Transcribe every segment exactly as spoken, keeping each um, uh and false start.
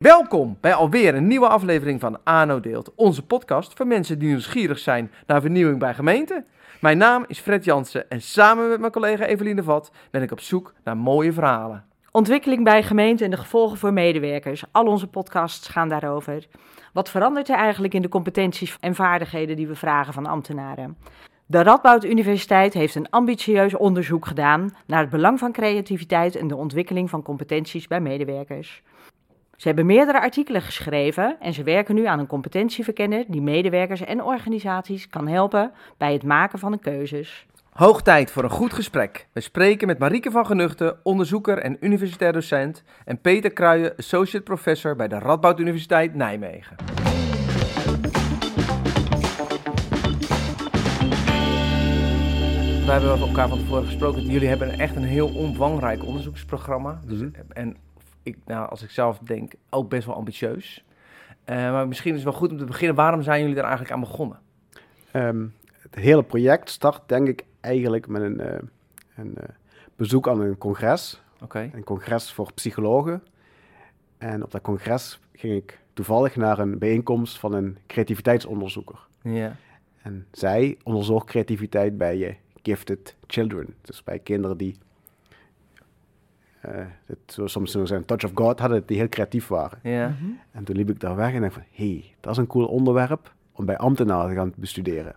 Welkom bij alweer een nieuwe aflevering van Ano Deelt, onze podcast voor mensen die nieuwsgierig zijn naar vernieuwing bij gemeenten. Mijn naam is Fred Jansen en samen met mijn collega Eveline Vat ben ik op zoek naar mooie verhalen. Ontwikkeling bij gemeenten en de gevolgen voor medewerkers. Al onze podcasts gaan daarover. Wat verandert er eigenlijk in de competenties en vaardigheden die we vragen van ambtenaren? De Radboud Universiteit heeft een ambitieus onderzoek gedaan naar het belang van creativiteit en de ontwikkeling van competenties bij medewerkers. Ze hebben meerdere artikelen geschreven en ze werken nu aan een competentieverkenner die medewerkers en organisaties kan helpen bij het maken van de keuzes. Hoog tijd voor een goed gesprek. We spreken met Marieke van Genuchten, onderzoeker en universitair docent, en Peter Kruijen, associate professor bij de Radboud Universiteit Nijmegen. We hebben elkaar van tevoren gesproken. Jullie hebben echt een heel omvangrijk onderzoeksprogramma. Dus, Mm-hmm. En ik, nou, als ik zelf denk, ook best wel ambitieus. Uh, maar misschien is het wel goed om te beginnen. Waarom zijn jullie er eigenlijk aan begonnen? Um, het hele project start denk ik eigenlijk met een, uh, een uh, bezoek aan een congres. Okay. Een congres voor psychologen. En op dat congres ging ik toevallig naar een bijeenkomst van een creativiteitsonderzoeker. Ja. En zij onderzocht creativiteit bij uh, gifted children. Dus bij kinderen die, uh, het, zo, soms zo zijn touch of God hadden, die heel creatief waren. Ja. Mm-hmm. En toen liep ik daar weg en dacht van, hé, hey, dat is een cool onderwerp om bij ambtenaren te gaan bestuderen.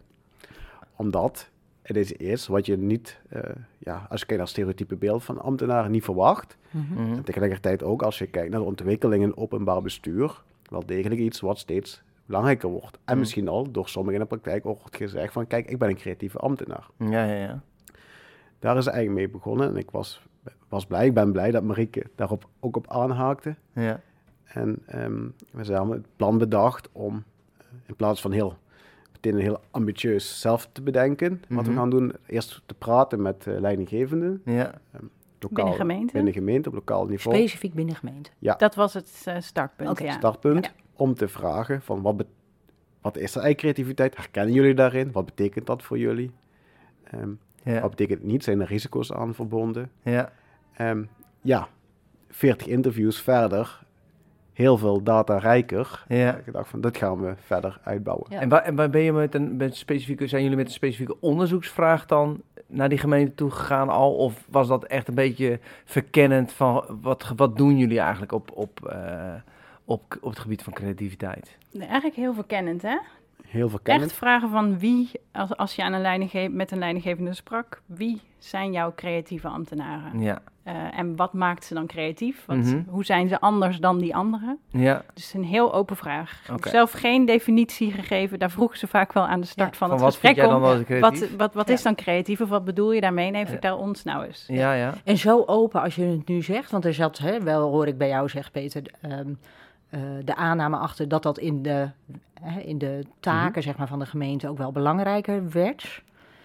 Omdat het is iets wat je niet, uh, ja, als je kijkt naar het stereotype beeld van ambtenaren, niet verwacht. Mm-hmm. Mm-hmm. En tegelijkertijd ook als je kijkt naar de ontwikkelingen in openbaar bestuur, wel degelijk iets wat steeds belangrijker wordt. En Mm. misschien misschien al door sommigen in de praktijk ook wordt gezegd van, kijk, ik ben een creatieve ambtenaar. Ja, ja, ja. Daar is het eigenlijk mee begonnen en ik was, was blij, ik ben blij dat Marieke daarop ook op aanhaakte. Ja. En um, we hebben het plan bedacht om uh, in plaats van heel meteen een heel ambitieus zelf te bedenken, mm-hmm. wat we gaan doen, eerst te praten met uh, leidinggevenden. Ja. Um, lokaal, binnen gemeente? Binnen gemeente, op lokaal niveau. Specifiek binnen gemeente. Ja. Dat was het uh, startpunt, Okay. ja. Startpunt, Ja. om te vragen van wat, be- wat is er eigenlijk creativiteit? Herkennen jullie daarin? Wat betekent dat voor jullie? Um, Ja. Wat betekent het niet? Zijn er risico's aan verbonden? Ja. Um, ja, veertig interviews verder, heel veel data rijker. Ja. Ik dacht van, dit gaan we verder uitbouwen. Ja. En, waar, en waar ben je met een met specifieke, zijn jullie met een specifieke onderzoeksvraag dan naar die gemeente toe gegaan al? Of was dat echt een beetje verkennend van wat, wat doen jullie eigenlijk op, op, uh, op, op het gebied van creativiteit? Nee, eigenlijk heel verkennend, hè? Heel verkennend. Echt vragen van wie, als, als je aan een leidingge- met een leidinggevende sprak, wie zijn jouw creatieve ambtenaren? Ja. Uh, en wat maakt ze dan creatief? Wat, Mm-hmm. Hoe zijn ze anders dan die anderen? Ja. Dus een heel open vraag. Ik heb Okay. zelf geen definitie gegeven. Daar vroegen ze vaak wel aan de start Ja. van, Van het wat vind gesprek jij dan om. wel eens creatief? Wat, wat, wat Ja. is dan creatief of wat bedoel je daarmee? Nee, Ja. vertel ons nou eens. Ja, ja. En zo open als je het nu zegt, want er zat, hè, wel hoor ik bij jou zeggen, Peter, um, uh, de aanname achter dat dat in de, hè, in de taken Mm-hmm. zeg maar, van de gemeente ook wel belangrijker werd.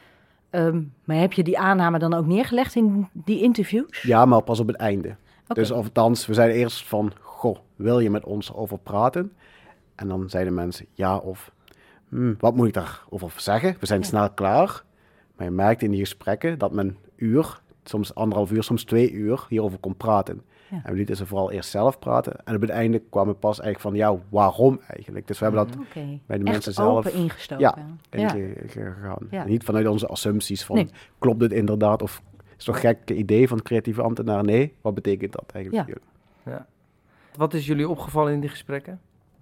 Um, maar heb je die aanname dan ook neergelegd in die interviews? Ja, maar pas op het einde. Okay. Dus althans, we zeiden eerst van, goh, wil je met ons over praten? En dan zeiden mensen ja of, hmm, wat moet ik daarover zeggen? We zijn Ja. snel klaar. Maar je merkte in die gesprekken dat men uur, soms anderhalf uur, soms twee uur hierover kon praten. Ja. En we lieten ze vooral eerst zelf praten. En op het einde kwamen we pas eigenlijk van, ja, waarom eigenlijk? Dus we hebben dat Okay. bij de Echt mensen zelf open ingestoken. Ja. Ja. ingegaan. Ja. Niet vanuit onze assumpties van, Nee. klopt dit inderdaad? Of is het toch een gek idee van creatieve ambtenaar? Nee, wat betekent dat eigenlijk Ja. voor jullie? Ja. Wat is jullie opgevallen in die gesprekken?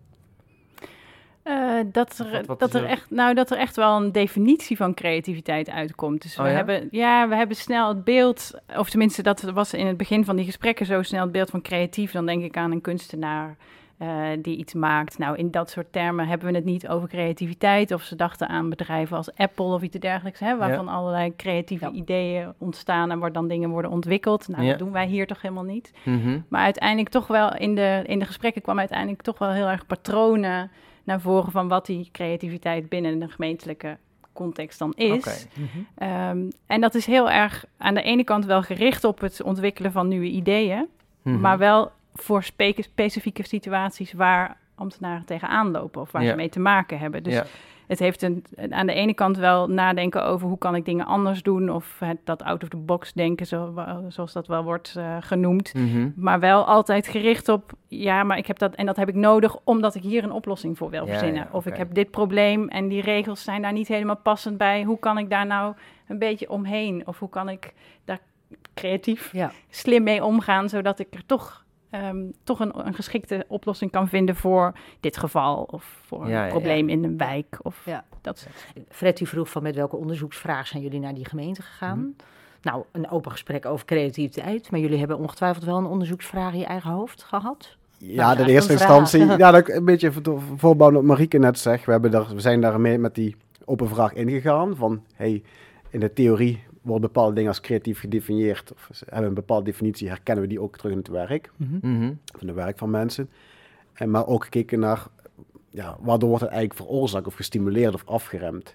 Uh, dat er, Wat- wat dat, is er er- echt, nou, dat er echt wel een definitie van creativiteit uitkomt. Dus Oh, we, ja? hebben, ja, we hebben snel het beeld, of tenminste dat was in het begin van die gesprekken zo snel het beeld van creatief. Dan denk ik aan een kunstenaar uh, die iets maakt. Nou, in dat soort termen hebben we het niet over creativiteit. Of ze dachten aan bedrijven als Apple of iets dergelijks, hè, waarvan Ja. allerlei creatieve Ja. ideeën ontstaan en waar dan dingen worden ontwikkeld. Nou, Ja. dat doen wij hier toch helemaal niet. Mm-hmm. Maar uiteindelijk toch wel, in de, in de gesprekken kwam uiteindelijk toch wel heel erg patronen naar voren van wat die creativiteit binnen de gemeentelijke context dan is. Oké. Mm-hmm. Um, en dat is heel erg aan de ene kant wel gericht op het ontwikkelen van nieuwe ideeën, Mm-hmm. maar wel voor spe- specifieke situaties waar ambtenaren tegenaan lopen of waar Ja. ze mee te maken hebben. Dus ja. het heeft een, aan de ene kant wel nadenken over hoe kan ik dingen anders doen of het, dat out-of-the-box denken, zo, zoals dat wel wordt uh, genoemd. Mm-hmm. Maar wel altijd gericht op, ja, maar ik heb dat en dat heb ik nodig omdat ik hier een oplossing voor wil Ja, verzinnen. ja, Of oké. ik heb dit probleem en die regels zijn daar niet helemaal passend bij. Hoe kan ik daar nou een beetje omheen? Of hoe kan ik daar creatief Ja. slim mee omgaan, zodat ik er toch, um, toch een, een geschikte oplossing kan vinden voor dit geval of voor Ja, een ja, probleem in een wijk. Of Ja. dat soort. Fred die vroeg van met welke onderzoeksvraag zijn jullie naar die gemeente gegaan? Mm-hmm. Nou, een open gesprek over creativiteit, maar jullie hebben ongetwijfeld wel een onderzoeksvraag in je eigen hoofd gehad. Ja, Nou, in ja, eerste een vraag. instantie, ja, dat ik een beetje voor- voorbouwen op Marieke net zegt, we, hebben daar, we zijn daarmee met die open vraag ingegaan van, hey, in de theorie worden bepaalde dingen als creatief gedefinieerd, of ze hebben een bepaalde definitie, herkennen we die ook terug in het werk, Mm-hmm. van het werk van mensen. En maar ook gekeken naar, ja, waardoor wordt het eigenlijk veroorzaakt of gestimuleerd of afgeremd.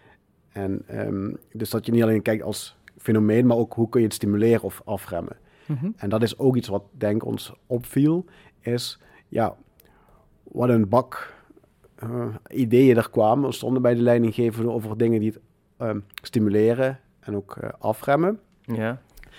En um, dus dat je niet alleen kijkt als fenomeen, maar ook hoe kun je het stimuleren of afremmen. Mm-hmm. En dat is ook iets wat denk ik ons opviel, is ja, wat een bak uh, ideeën er kwamen, stonden bij de leidinggevende over dingen die het um, stimuleren en ook uh, afremmen. Ja.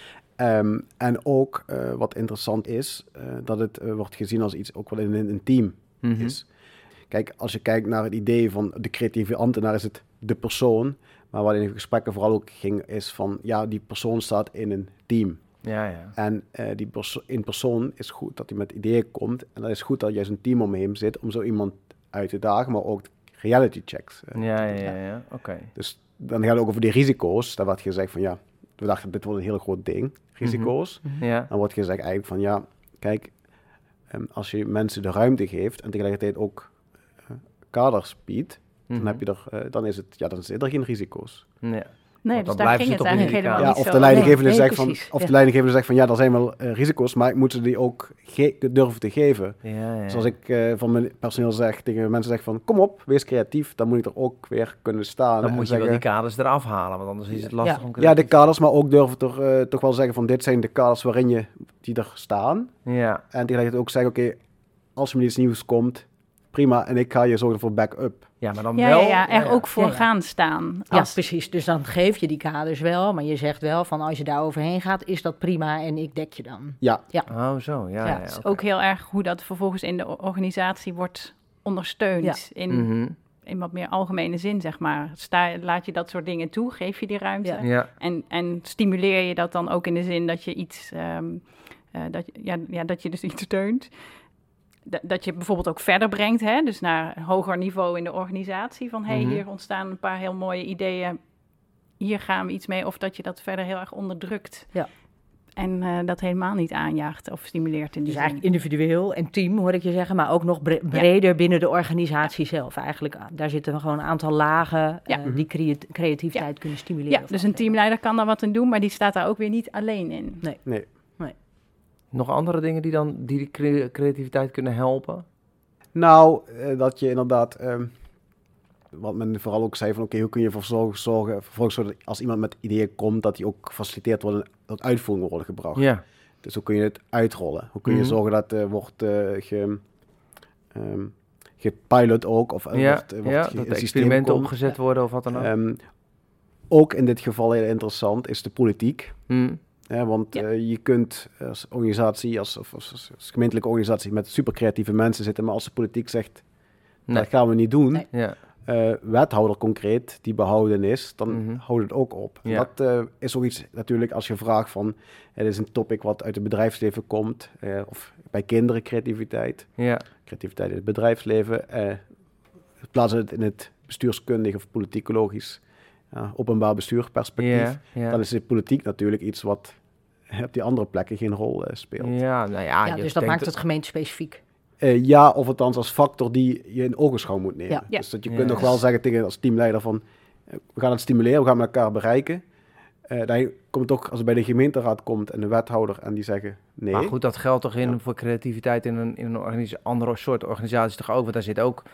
Um, en ook uh, wat interessant is, uh, dat het uh, wordt gezien als iets ook wel in een team Mm-hmm. is. Kijk, als je kijkt naar het idee van de creatieve ambtenaar, is het de persoon. Maar wat in de gesprekken vooral ook ging, is van ja, die persoon staat in een team. Ja, ja. En uh, die perso- in persoon is goed dat hij met ideeën komt. En dat is goed dat juist een team om hem zit om zo iemand uit te dagen, maar ook reality checks. Uh, Ja, ja, ja, ja. Oké. Okay. Dus dan gaat het ook over die risico's. Daar wordt gezegd van ja, we dachten dit wordt een heel groot ding, risico's. Mm-hmm. Ja. Dan wordt gezegd eigenlijk van ja, kijk, um, als je mensen de ruimte geeft en tegelijkertijd ook uh, kaders biedt, Mm-hmm. dan heb je er, uh, dan is het, ja, dan zitten er geen risico's. Ja. Nee, Want dus dan daar blijven ging ze het toch in eigenlijk die helemaal Ja, niet of zo. de leidinggevende Nee, zegt nee, van, precies, of ja. de leidinggevende zegt van ja, er zijn wel uh, risico's, maar ik moet ze die ook ge- durven te geven. Ja, ja. Zoals ik uh, van mijn personeel zeg, tegen mensen zeg van kom op, wees creatief, dan moet ik er ook weer kunnen staan. Dan en moet je zeggen, wel die kaders eraf halen, want anders is het lastig Ja. om... ja, de kaders, maar ook durven toch, uh, toch wel zeggen van dit zijn de kaders waarin je die er staan. Ja. En tegelijkertijd ook zeggen, oké, okay, als er iets nieuws komt, prima, en ik ga je zorgen voor backup. Ja, maar dan Ja, wel... ja, ja, er ja, ook voor Ja, ja. gaan staan. Ja, Als, precies. Dus dan geef je die kaders wel, maar je zegt wel van als je daar overheen gaat, is dat prima en ik dek je dan. Ja, Oh, zo. Ja, Ja, ja, het is oké. ook heel erg hoe dat vervolgens in de o- organisatie wordt ondersteund. Ja. In, Mhm. in wat meer algemene zin, zeg maar. Sta, laat je dat soort dingen toe, geef je die ruimte. Ja. Ja. En, en stimuleer je dat dan ook in de zin dat je iets, um, uh, dat, ja, ja, dat je dus iets steunt. Da- dat je bijvoorbeeld ook verder brengt, hè? Dus naar een hoger niveau in de organisatie. Van, hé, hey, Mhm. hier ontstaan een paar heel mooie ideeën. Hier gaan we iets mee. Of dat je dat verder heel erg onderdrukt. Ja. En uh, dat helemaal niet aanjaagt of stimuleert in die Dus zin. eigenlijk individueel en team, hoor ik je zeggen, maar ook nog bre- breder binnen de organisatie zelf. Eigenlijk, daar zitten gewoon een aantal lagen Ja. uh, die crea- creativiteit Ja. kunnen stimuleren. Ja, of dus een afremmen. teamleider kan daar wat in doen, maar die staat daar ook weer niet alleen in. Nee. nee. Nog andere dingen die dan die, die cre- creativiteit kunnen helpen? Nou, uh, dat je inderdaad, um, wat men vooral ook zei van oké, okay, hoe kun je ervoor zorgen, zorgen vervolgens zodat als iemand met ideeën komt, dat die ook gefaciliteerd worden, dat uitvoering worden gebracht. Ja. Dus hoe kun je het uitrollen? Hoe kun je Mhm. zorgen dat er uh, wordt uh, ge, um, gepilot ook, of uh, Ja, wordt, uh, wordt ja, ge- dat een de systeem experimenten komt. opgezet worden of wat dan ook. Um, ook in dit geval heel interessant is de politiek. Hm. Ja, want Ja. uh, je kunt als organisatie, als, of als, als gemeentelijke organisatie met super creatieve mensen zitten, maar als de politiek zegt, Nee. dat gaan we niet doen, Nee. Ja. uh, wethouder concreet, die behouden is, dan Mhm. houdt het ook op. En Ja. dat uh, is ook iets natuurlijk als je vraagt van, het is een topic wat uit het bedrijfsleven komt, uh, of bij kinderen creativiteit, Ja. creativiteit in het bedrijfsleven, uh, plaatsen het in het bestuurskundig of politicologisch uh, openbaar bestuurperspectief. Ja. Ja. Dan is de politiek natuurlijk iets wat op die andere plekken geen rol uh, speelt. Ja, nou ja, Ja, je dus dat denkt- maakt het gemeentespecifiek. Uh, ja, of althans als factor die je in ogenschouw moet nemen. Ja. Ja. Dus dat je Ja. kunt nog wel zeggen tegen als teamleider van, uh, we gaan het stimuleren, we gaan met elkaar bereiken. Uh, dan komt toch, als het bij de gemeenteraad komt en de wethouder en die zeggen nee. Maar goed, dat geldt toch in Ja. voor creativiteit in een, in een organisa- andere soort organisatie toch ook? Want daar zit ook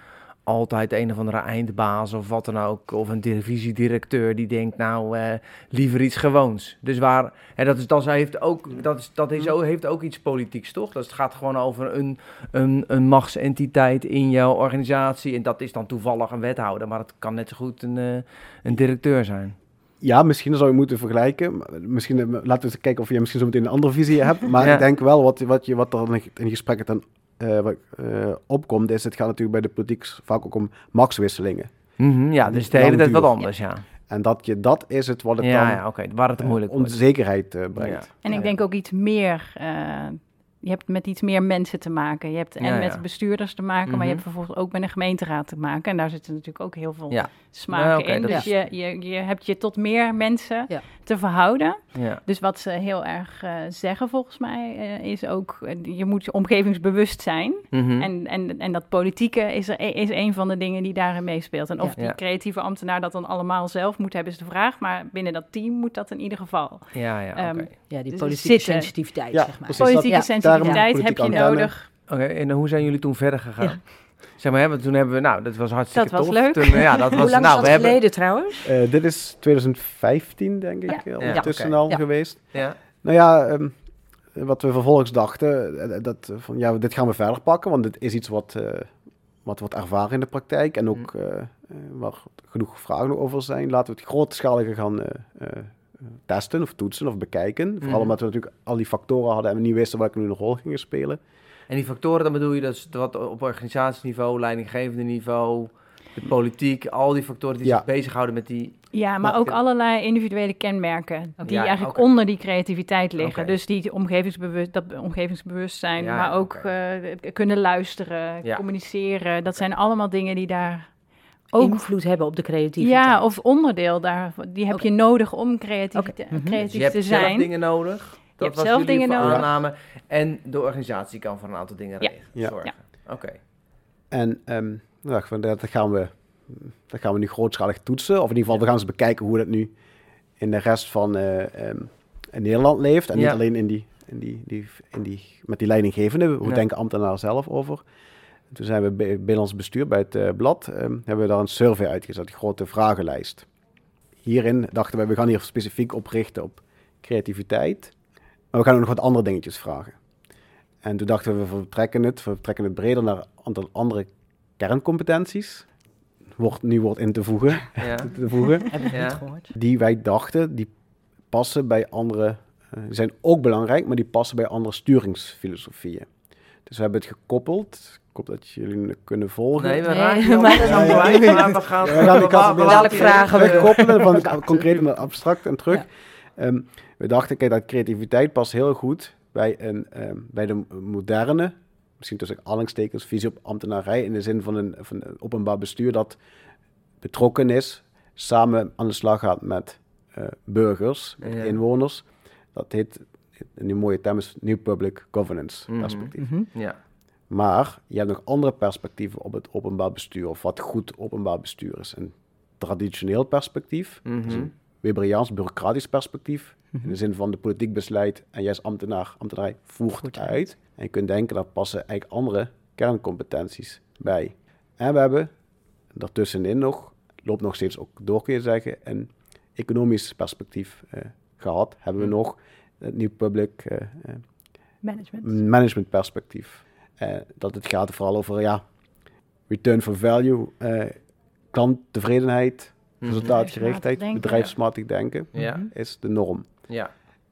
altijd een of andere eindbaas of wat dan ook, of een divisiedirecteur die denkt, nou, uh, liever iets gewoons. Dus waar, en dat is, dat heeft ook, dat is, dat is ook, heeft ook iets politieks, toch? Dus het gaat gewoon over een, een, een machtsentiteit in jouw organisatie en dat is dan toevallig een wethouder, maar het kan net zo goed een, uh, een directeur zijn. Ja, misschien zou je moeten vergelijken. Misschien, laten we eens kijken of je misschien zo meteen een andere visie hebt. Maar ja. ik denk wel, wat, wat, je, wat er in gesprekken dan uh, uh, opkomt, is het gaat natuurlijk bij de politiek vaak ook om machtswisselingen. Mm-hmm, ja, dus de hele tijd wat anders, ja. En dat, je, dat is het wat het ja, dan ja, okay. Waar het moeilijk uh, onzekerheid uh, brengt. Ja. En ik ja. denk ook iets meer... Uh, je hebt met iets meer mensen te maken. Je hebt en ja, ja. met bestuurders te maken, mm-hmm. maar je hebt vervolgens ook met een gemeenteraad te maken. En daar zitten natuurlijk ook heel veel ja. smaken ja, okay, in. Dus je, je, je hebt je tot meer mensen ja. te verhouden. Ja. Dus wat ze heel erg uh, zeggen volgens mij uh, is ook... Uh, je moet omgevingsbewust zijn. Mm-hmm. En, en, en dat politieke is, er, is een van de dingen die daarin meespeelt. En of ja. die ja. creatieve ambtenaar dat dan allemaal zelf moet hebben is de vraag. Maar binnen dat team moet dat in ieder geval. Ja, ja, okay. um, ja die dus politieke sensitiviteit, ja, zeg maar. Precies, politieke dat, sensitiviteit ja. heb je antenne. nodig. Oké, okay, en hoe zijn jullie toen verder gegaan? Ja. Zeg maar, hè, want toen hebben we, nou, dat was hartstikke dat was tof. leuk. Toen, ja, dat was, hoe lang nou, is dat we geleden hebben... trouwens? Uh, dit is twintig vijftien, denk ik, ja. ondertussen ja, al okay. geweest. Ja. Nou ja, um, wat we vervolgens dachten, dat van ja, dit gaan we verder pakken, want dit is iets wat, uh, wat wordt ervaren in de praktijk en ook uh, uh, waar genoeg vragen over zijn. Laten we het grootschalige gaan uh, uh, testen of toetsen of bekijken. Vooral mm. omdat we natuurlijk al die factoren hadden en we niet wisten welke nu een rol gingen spelen. En die factoren, dan bedoel je dat wat op organisatieniveau, leidinggevende niveau, de politiek, al die factoren die ja. zich bezighouden met die... Ja, maar, maar ook ja. allerlei individuele kenmerken die ja, eigenlijk okay. onder die creativiteit liggen. Okay. Dus die omgevingsbewust, dat omgevingsbewustzijn, ja, maar ook okay. uh, kunnen luisteren, ja. communiceren. Dat zijn allemaal dingen die daar... ook invloed hebben op de creativiteit. Ja, of onderdeel daar. Die heb okay. je nodig om creatief, okay. te, mm-hmm. creatief dus je te zijn. Je hebt zelf dingen nodig. Je hebt zelf dingen nodig. Aanname, en de organisatie kan voor een aantal dingen ja. regelen, ja. zorgen. Ja. Oké. Okay. En um, nou, dat gaan we, dat gaan we nu grootschalig toetsen. Of in ieder geval, we gaan eens bekijken hoe dat nu in de rest van uh, um, in Nederland leeft. En ja. niet alleen in die, in die, die, in die, met die leidinggevende. Hoe ja. denken ambtenaren zelf over? En toen zijn we bij, binnen ons bestuur, bij het uh, blad, um, hebben we daar een survey uitgezet, een grote vragenlijst. Hierin dachten we, we gaan hier specifiek op richten op creativiteit. Maar we gaan ook nog wat andere dingetjes vragen. En toen dachten we, we vertrekken het, we vertrekken het breder naar een aantal andere kerncompetenties. Wordt, nu wordt in te voegen. Ja. te voegen Heb ik ja. niet gehoord. Die wij dachten, die passen bij andere, uh, die zijn ook belangrijk, maar die passen bij andere sturingsfilosofieën. Dus we hebben het gekoppeld. Ik hoop dat jullie kunnen volgen. Nee, we nee, raken maar dat nee, nee, nee. We gaan dadelijk vragen. We koppelen van concreet naar abstract en terug. Ja. Um, we dachten, kijk, dat creativiteit past heel goed bij, een, um, bij de moderne, misschien tussen aanhalingstekens, visie op ambtenarij, in de zin van een, van een openbaar bestuur dat betrokken is, samen aan de slag gaat met uh, burgers, met ja. inwoners. Dat heet, in die mooie term is New Public Governance mm-hmm. perspectief. Mm-hmm. Ja. Maar je hebt nog andere perspectieven op het openbaar bestuur, of wat goed openbaar bestuur is. Een traditioneel perspectief, mm-hmm. dus een Weberiaans bureaucratisch perspectief, mm-hmm. in de zin van de politiek besluit en jij als ambtenaar, ambtenarij voert Goed uit. uit. En je kunt denken, daar passen eigenlijk andere kerncompetenties bij. En we hebben daartussenin nog, loopt nog steeds ook door kun je zeggen, een economisch perspectief uh, gehad. Hebben we mm. nog het New Public uh, uh, Management. Management perspectief. Uh, dat het gaat vooral over ja, return for value, uh, klanttevredenheid, mm-hmm. resultaatgerichtheid, denken, bedrijfsmatig ja. denken, ja. is de norm. Ja.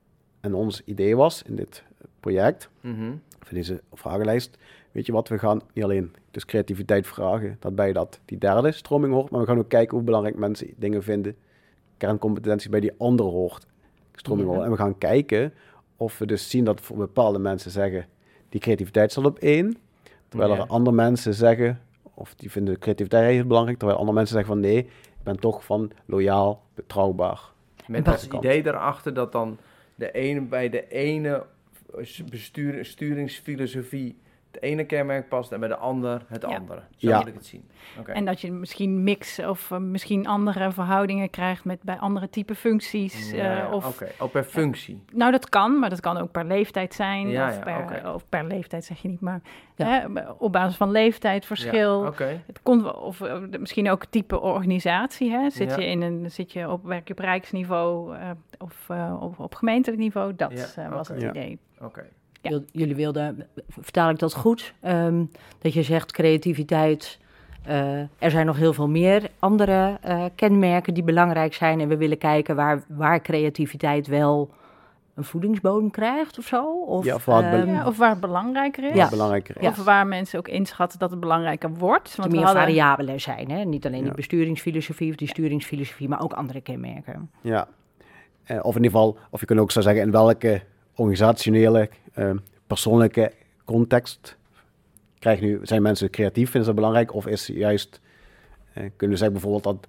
En ons idee was in dit project, mm-hmm. voor deze vragenlijst, weet je wat, we gaan niet alleen dus creativiteit vragen, dat bij dat die derde stroming hoort, maar we gaan ook kijken hoe belangrijk mensen dingen vinden, kerncompetenties bij die andere hoort, stroming ja. hoort. En we gaan kijken of we dus zien dat voor bepaalde mensen zeggen, die creativiteit staat op één, terwijl ja. er andere mensen zeggen, of die vinden creativiteit heel belangrijk, terwijl andere mensen zeggen van nee, ik ben toch van loyaal, betrouwbaar. Met als idee erachter dat dan de ene bij de ene bestuur, sturingsfilosofie het ene kenmerk past en bij de ander het Ja. andere. Zo Ja. moet ik het zien. Oké. En dat je misschien mix of uh, misschien andere verhoudingen krijgt met bij andere type functies. Ja, uh, ja, of, Oké, ook per functie. Nou, dat kan, maar dat kan ook per leeftijd zijn. Ja, of, ja, per, oké. of per leeftijd zeg je niet, maar Ja. hè, op basis van leeftijd, verschil. Ja, Oké. Het kon wel- of uh, misschien ook type organisatie. Hè? Zit Ja. je in een, zit je op werk je op rijksniveau uh, of uh, op, op gemeentelijk niveau? Dat Ja, uh, was oké. het Ja. idee. Oké. Ja. Wil- Jullie wilden, vertaal ik dat goed, Ehm, dat je zegt creativiteit, eh, er zijn nog heel veel meer andere eh, kenmerken die belangrijk zijn en we willen kijken waar, waar creativiteit wel een voedingsbodem krijgt of zo? Of, Ja, of waar het be- ehm, Ja, of waar het belangrijker is. Ja. belangrijker is. Ja. Of waar mensen ook inschatten dat het belangrijker wordt. dat Want er we meer hadden, variabelen zijn, hè? Niet alleen Ja. die besturingsfilosofie of die sturingsfilosofie, maar ook andere kenmerken. Ja. Eh, of in ieder geval, of je kunt ook zo zeggen, in welke organisationele, eh, persoonlijke context krijg nu, zijn mensen creatief, vinden ze dat belangrijk? Of is juist, eh, kunnen we zeggen bijvoorbeeld dat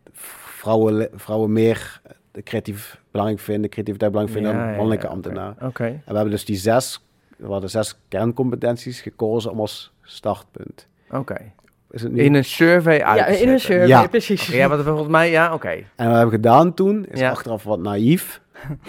vrouwen, vrouwen meer de creatief belangrijk vinden, creativiteit belangrijk vinden Ja, dan ja, mannelijke ja, oké. ambtenaren. Oké. En we hebben dus die zes, we hadden zes kerncompetenties gekozen om als startpunt. Oké. Is het nu? In een survey uit te zetten. survey, Ja. precies. Oké, ja, wat volgens mij, ja, oké. En wat we hebben gedaan toen, is Ja. achteraf wat naïef,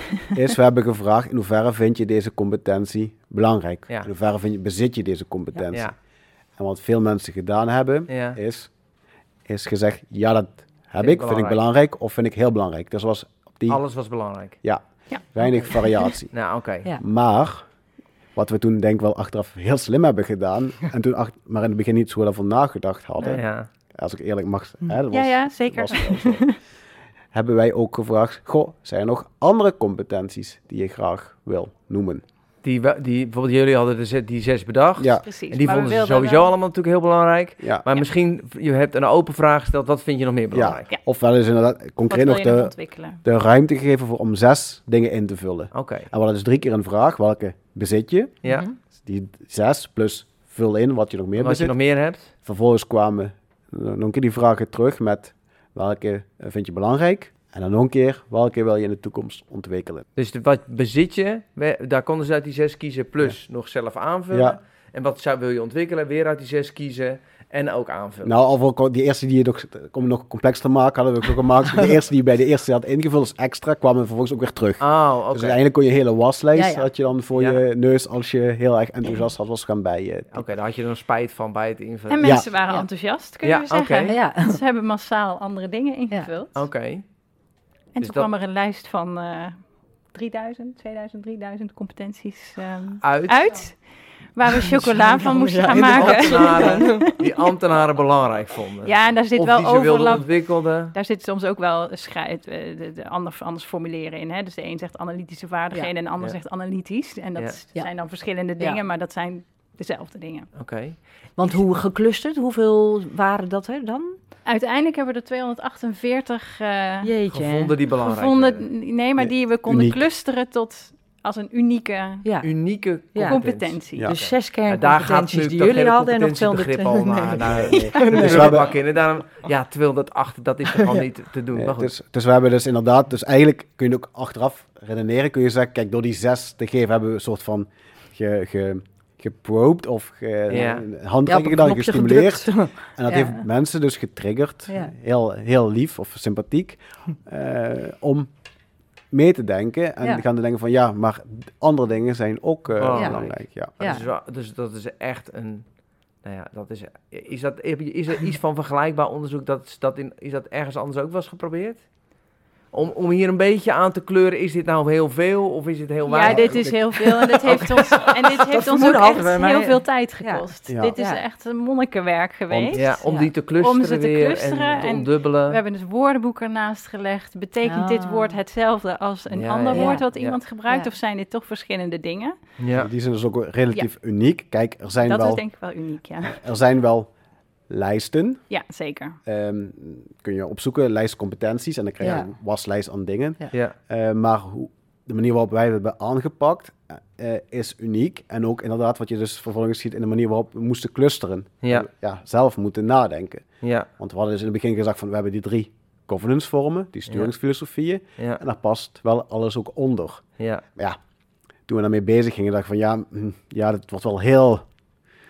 is we hebben gevraagd in hoeverre vind je deze competentie belangrijk? Ja. In hoeverre vind je, bezit je deze competentie? Ja. En wat veel mensen gedaan hebben, Ja. is, is gezegd, ja dat heb ik ik, vind ik belangrijk. belangrijk of vind ik heel belangrijk. Dus was op die, Alles was belangrijk. ja, Ja. weinig variatie. Nou, oké. Ja. Maar, wat we toen denk ik wel achteraf heel slim hebben gedaan, en toen ach- maar in het begin niet zo daarvan nagedacht hadden, Ja, ja. als ik eerlijk mag, hè, dat Ja, was, ja, zeker. was wel zo. Hebben wij ook gevraagd, goh, zijn er nog andere competenties die je graag wil noemen? Die, wa- die, bijvoorbeeld jullie hadden de zes, die zes bedacht. Ja, Precies. En die Maar we vonden ze wilden sowieso wel- allemaal natuurlijk heel belangrijk. ja. Maar Ja. misschien, je hebt een open vraag gesteld, wat vind je nog meer belangrijk? Ja. Of wel eens inderdaad Wat concreet wil nog je nog de, ontwikkelen? de ruimte gegeven voor, om zes dingen in te vullen. Oké. En we hadden dus drie keer een vraag, welke bezit je? Ja, Mhm. Die zes plus vul in wat je nog meer wat je bezit. nog meer hebt? Vervolgens kwamen eh, nog een keer die vragen terug met welke eh, vind je belangrijk? En dan nog een keer, welke wil je in de toekomst ontwikkelen? Dus de, wat bezit je, we- daar konden ze uit die zes kiezen, plus nog zelf aanvullen. Ja. En wat zou, wil je ontwikkelen, weer uit die zes kiezen en ook aanvullen. Nou, alvast die eerste die je nog, om het nog complex te maken, hadden we ook gemaakt. De eerste die je bij de eerste had ingevuld als extra, kwamen vervolgens ook weer terug. Oh, oké. Dus uiteindelijk kon je een hele waslijst, Ja, ja. had je dan voor Ja. je neus, als je heel erg enthousiast had, was gaan bij je. Oké, daar had je er nog spijt van bij het invullen. En Ja. mensen waren Ja. enthousiast, kunnen Ja, we zeggen. oké. Ja. Ze hebben massaal andere dingen ingevuld. Oké. En Dus toen dat- kwam er een lijst van eh drieduizend, tweeduizend, drieduizend competenties ehm, Uit. uit. Waar we chocola van moesten gaan Ja, Die maken. ambtenaren, die ambtenaren belangrijk vonden. Ja, en daar zit of wel die ze wilden overlap. ontwikkelen. Daar zit soms ook wel schrijf, de, de, de anders, anders formuleren in. Hè? Dus de een zegt analytische vaardigheden en de ander Ja. zegt analytisch. En dat Ja. s- Ja. zijn dan verschillende Ja. dingen, maar dat zijn dezelfde dingen. Oké. Want hoe geclusterd, hoeveel waren dat er dan? Uiteindelijk hebben we er tweehonderdachtenveertig uh, Jeetje. hè? Gevonden die belangrijk gevonden. Nee, maar die we konden Uniek. clusteren tot als een unieke Ja, Unieke Ja. competentie. Ja. dus zes Ja, daar gaat kerncompetenties nu die dat jullie hele hadden en nog competentiebegrip al tweehonderd. naar, Nee. naar de Dus we hebben- bak in. En daarom, ja, tweehonderdacht, dat is toch gewoon niet te doen. Nee, Maar goed. dus, dus we hebben dus inderdaad, dus eigenlijk kun je ook achteraf redeneren, kun je zeggen, kijk, door die zes te geven hebben we een soort van ge, ge, geprobed of ge, Ja. een Ja, op handreiking een gedaan, knopje gestimuleerd. gedrukt. En dat Ja. heeft mensen dus getriggerd, Ja. heel, heel lief of sympathiek, eh, om mee te denken en Ja. gaan te denken van ja, maar andere dingen zijn ook eh, Oh. Ja. belangrijk. Ja. Maar Ja. dat is wel- dus dat is echt een... Nou ja, dat is... Is, dat, is er iets van vergelijkbaar onderzoek, dat, is dat, in, is dat ergens anders ook wel eens geprobeerd? Om, om hier een beetje aan te kleuren, is dit nou heel veel of is het heel Ja, weinig? dit is heel veel en dit heeft ons, en dit heeft ons ook vermoeden hadden echt we, maar- heel veel tijd Ja. gekost. Ja. Dit is Ja. echt een monnikenwerk geweest. Om, ja, om Ja. die te clusteren Om ze te weer clusteren en te en ontdubbelen. We hebben dus woordenboek ernaast gelegd. Betekent dit Ah. woord hetzelfde als een Ja, ander ja, woord wat ja. iemand gebruikt? Ja. Of zijn dit toch verschillende dingen? Ja. Die zijn dus ook relatief uniek. Kijk, er zijn, Dat wel, is denk ik wel uniek, ja. er zijn wel lijsten. Ja, zeker. Ehm, kun je opzoeken, lijst competenties en dan krijg je Ja. een waslijst aan dingen. Ja. Eh, maar hoe, de manier waarop wij het hebben aangepakt eh, is uniek. En ook inderdaad wat je dus vervolgens ziet in de manier waarop we moesten clusteren. Ja. En, ja, zelf moeten nadenken. Ja. Want we hadden dus in het begin gezegd van we hebben die drie governance vormen, die sturingsfilosofieën. Ja. En daar past wel alles ook onder. Ja. Maar ja, toen we daarmee bezig gingen, dacht ik van ja, hm, ja, dat wordt wel heel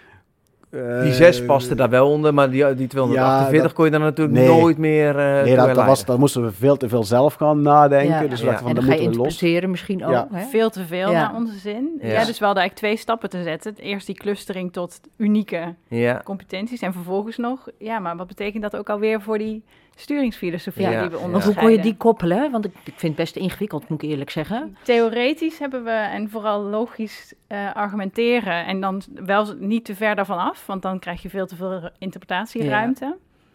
Uh, die zes paste daar wel onder, maar die, die tweehonderdachtenveertig ja, dat, kon je dan natuurlijk nee, nooit meer uh, Nee, dat, dat was, daar moesten we veel te veel zelf gaan nadenken. Ja, dus we ja. dachten van, en dan dat ga je moeten we los. interpreteren misschien ook. Ja. Hè? Veel te veel Ja. naar onze zin. Ja. Ja. dus we hadden eigenlijk twee stappen te zetten. Eerst die clustering tot unieke Ja. competenties en vervolgens nog, ja, maar wat betekent dat ook alweer voor die sturingsfilosofie Ja, die we ja. Want onderscheiden? hoe kon je die koppelen? Want ik, ik vind het best ingewikkeld, moet ik eerlijk zeggen. Theoretisch hebben we, en vooral logisch uh, argumenteren, en dan wel niet te ver daarvan af, want dan krijg je veel te veel interpretatieruimte.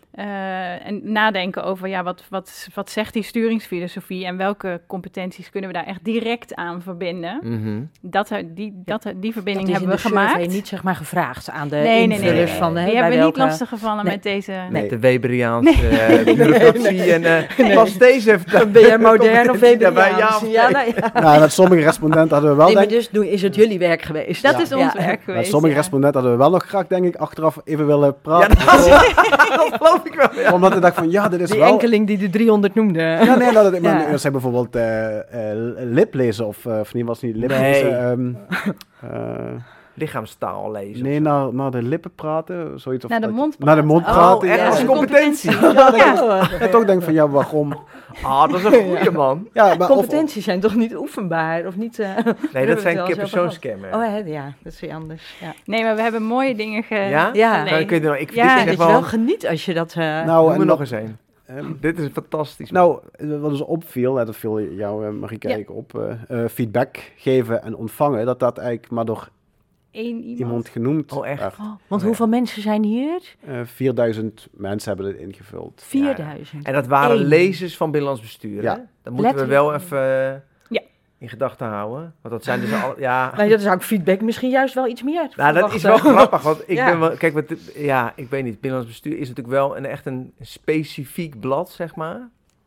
Uh, en nadenken over, ja, wat, wat, wat zegt die sturingsfilosofie en welke competenties kunnen we daar echt direct aan verbinden. Mm-hmm. Dat, die, dat, die verbinding Dat is hebben we in de gemaakt. survey niet zeg maar gevraagd aan de nee, nee, nee, invullers nee, nee. van... Hè, Die bij hebben we niet welke... lastiggevallen Nee. met deze... Nee. Met de Weberiaanse uh, bureaucratie en uh, Nee. pas deze even... Ben jij modern of competentie daarbij, Weberiaans? ja, of Ja, nee? nou, ja. Nou, met sommige respondenten hadden we wel... Nee, maar denk, dus doen- is het jullie werk geweest? Dat Ja. is ons Ja. werk met geweest. sommige ja. respondenten hadden we wel nog graag, denk ik, achteraf even willen Ja, praten. dat, dat geloof ik wel, ja. Omdat ik dacht van, ja, dit is Die wel... enkeling die de driehonderd noemde. Ja, nee, dat, maar, Ja. dat zijn bijvoorbeeld uh, uh, liplezen of, uh, of niet, was het niet liplezen? Nee. Um, uh, Lichaamstaal lezen. nee, naar, naar de lippen praten, zoiets. Of Naar de dat- mond Naar de mond Oh, praten, echt ja. als een competentie. Ja, dat Ja. ik toch denk van, ja, waarom? Ah, dat is een goeie, man. Ja, maar of- Competenties zijn toch niet oefenbaar? Of niet... Uh, Nee, dat zijn keer persoonskenmerken. Oh hè, ja, dat is weer anders. Ja, Nee, maar we hebben mooie dingen ge... Ja? Ja. gelezen. Kan, kun je, nou- ik Ja, vind dat dit je echt wel wel... geniet als je dat... Uh, nou, Doe en er nog nog- eens een. ehm, Dit is fantastisch. man. Nou, eh, wat dus opviel, en dat viel jou, uh, Marieke, Ja. eigenlijk op, uh, uh, feedback geven en ontvangen, dat dat eigenlijk maar door Eén iemand. iemand genoemd Oh, echt? werd. oh, want Ja. hoeveel mensen zijn hier? Uh, vierduizend mensen hebben het ingevuld. vierduizend. En dat waren Eén. lezers van Binnenlands Bestuur, Ja. hè? Dat moeten we Letterlijk. wel even uh, Ja. in gedachten houden. Want dat zijn dus al... Ja... Nee, dat zou ik feedback misschien juist wel iets meer Nou, dat is wel verwachten. grappig, want ik Ja. ben wel... Kijk, wat, ja, ik weet niet. Binnenlands Bestuur is natuurlijk wel een, echt een specifiek blad, zeg maar.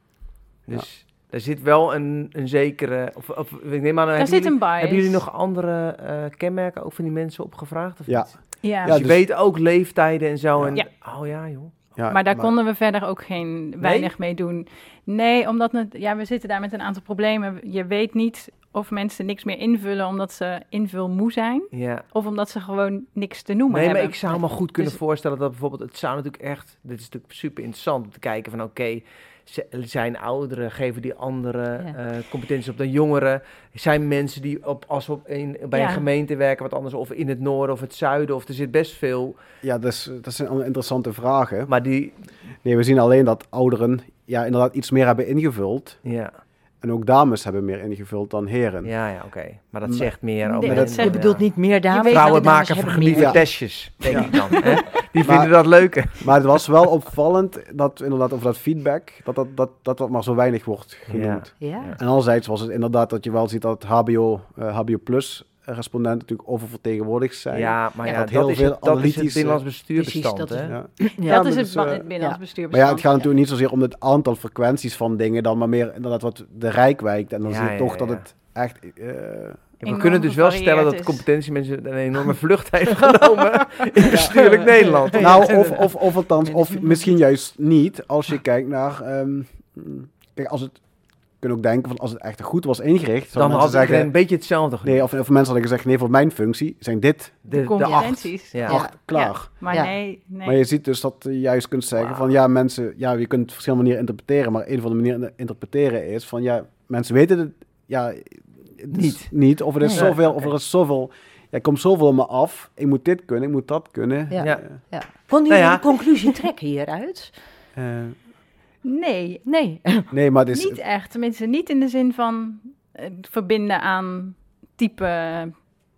Dus er zit wel een, een zekere... Of, of, ik neem aan, Daar hebben zit jullie, een bias. hebben jullie nog andere uh, kenmerken ook van die mensen opgevraagd? Of Ja. niet? Ja. Dus Ja, je dus- weet ook leeftijden en zo. Ja. En, Ja. Oh ja, joh. Ja, maar daar konden we verder ook geen weinig mee doen. Nee, omdat het, ja, we zitten daar met een aantal problemen. Je weet niet of mensen niks meer invullen omdat ze invulmoe zijn. Ja. Of omdat ze gewoon niks te noemen Nee, hebben. maar ik zou me goed kunnen Dus- voorstellen dat bijvoorbeeld... Het zou natuurlijk echt... Dit is natuurlijk super interessant om te kijken van... Oké, ze- zijn ouderen, geven die andere Ja. eh, competenties op dan jongeren? Zijn mensen die op, als we op een, bij Ja. een gemeente werken wat anders... Of in het noorden of het zuiden? Of er zit best veel... Ja, dat, is, dat zijn allemaal interessante vragen. Maar die... Nee, we zien alleen dat ouderen ja, inderdaad iets meer hebben ingevuld. Ja, En ook dames hebben meer ingevuld dan heren. ja, ja oké. Maar dat Maar- zegt meer Nee, over... dat hen zegt- dan, Je bedoelt ja. niet meer dames. weet- Vrouwen maar de dames maken hebben vergeliefde meer. Ja. testjes, denk Ja. ik dan. Hè? Die Maar- vinden dat leuker. Maar het was wel opvallend dat inderdaad over dat feedback, dat dat, dat, dat, dat maar zo weinig wordt genoemd. Ja. Ja. En anderzijds was het inderdaad dat je wel ziet dat H B O, uh, H B O plus respondenten natuurlijk oververtegenwoordigd zijn. Ja, maar Ja, ja, dat dat, heel is veel het, dat is het analytische- Binnenlands bestuurbestand. Precies, dat hè? Ja. Ja. dat maar is het, dus, ba- eh, het binnenlands ja. bestuur. Maar ja, het gaat natuurlijk niet zozeer om het aantal frequenties van dingen, dan maar meer inderdaad wat de rijk wijkt. En dan Ja, zie je ja, toch ja, dat ja. het echt... uh, Ja, we enorm kunnen dus wel gevarieerd stellen dat is. competentiemensen een enorme vlucht heeft genomen in bestuurlijk Nederland. nou, of, of, of althans, of misschien juist niet, als je kijkt naar... ehm, kijk, als het... Je kunt ook denken van als het echt goed was ingericht, Dan mensen had ik zeggen... een beetje hetzelfde gedaan. Nee, of, of mensen hadden gezegd, nee, voor mijn functie zijn dit de, de acht. competenties. Ja. acht klaar. Maar Ja. nee, nee. Maar je ziet dus dat je juist kunt zeggen Wauw. van ja, mensen, ja, je kunt verschillende manieren interpreteren, maar een van de manieren interpreteren is van ja, mensen weten het, ja, het is Niet. niet, of er is Nee. zoveel, Oké. of er is zoveel, ja, ik kom zoveel op me af, ik moet dit kunnen, ik moet dat kunnen. Ja. Ja. Eh, Ja. Konden Nou jullie ja. een conclusie trekken hieruit? eh, nee, Nee. nee, maar het is, niet echt. Tenminste, niet in de zin van het verbinden aan type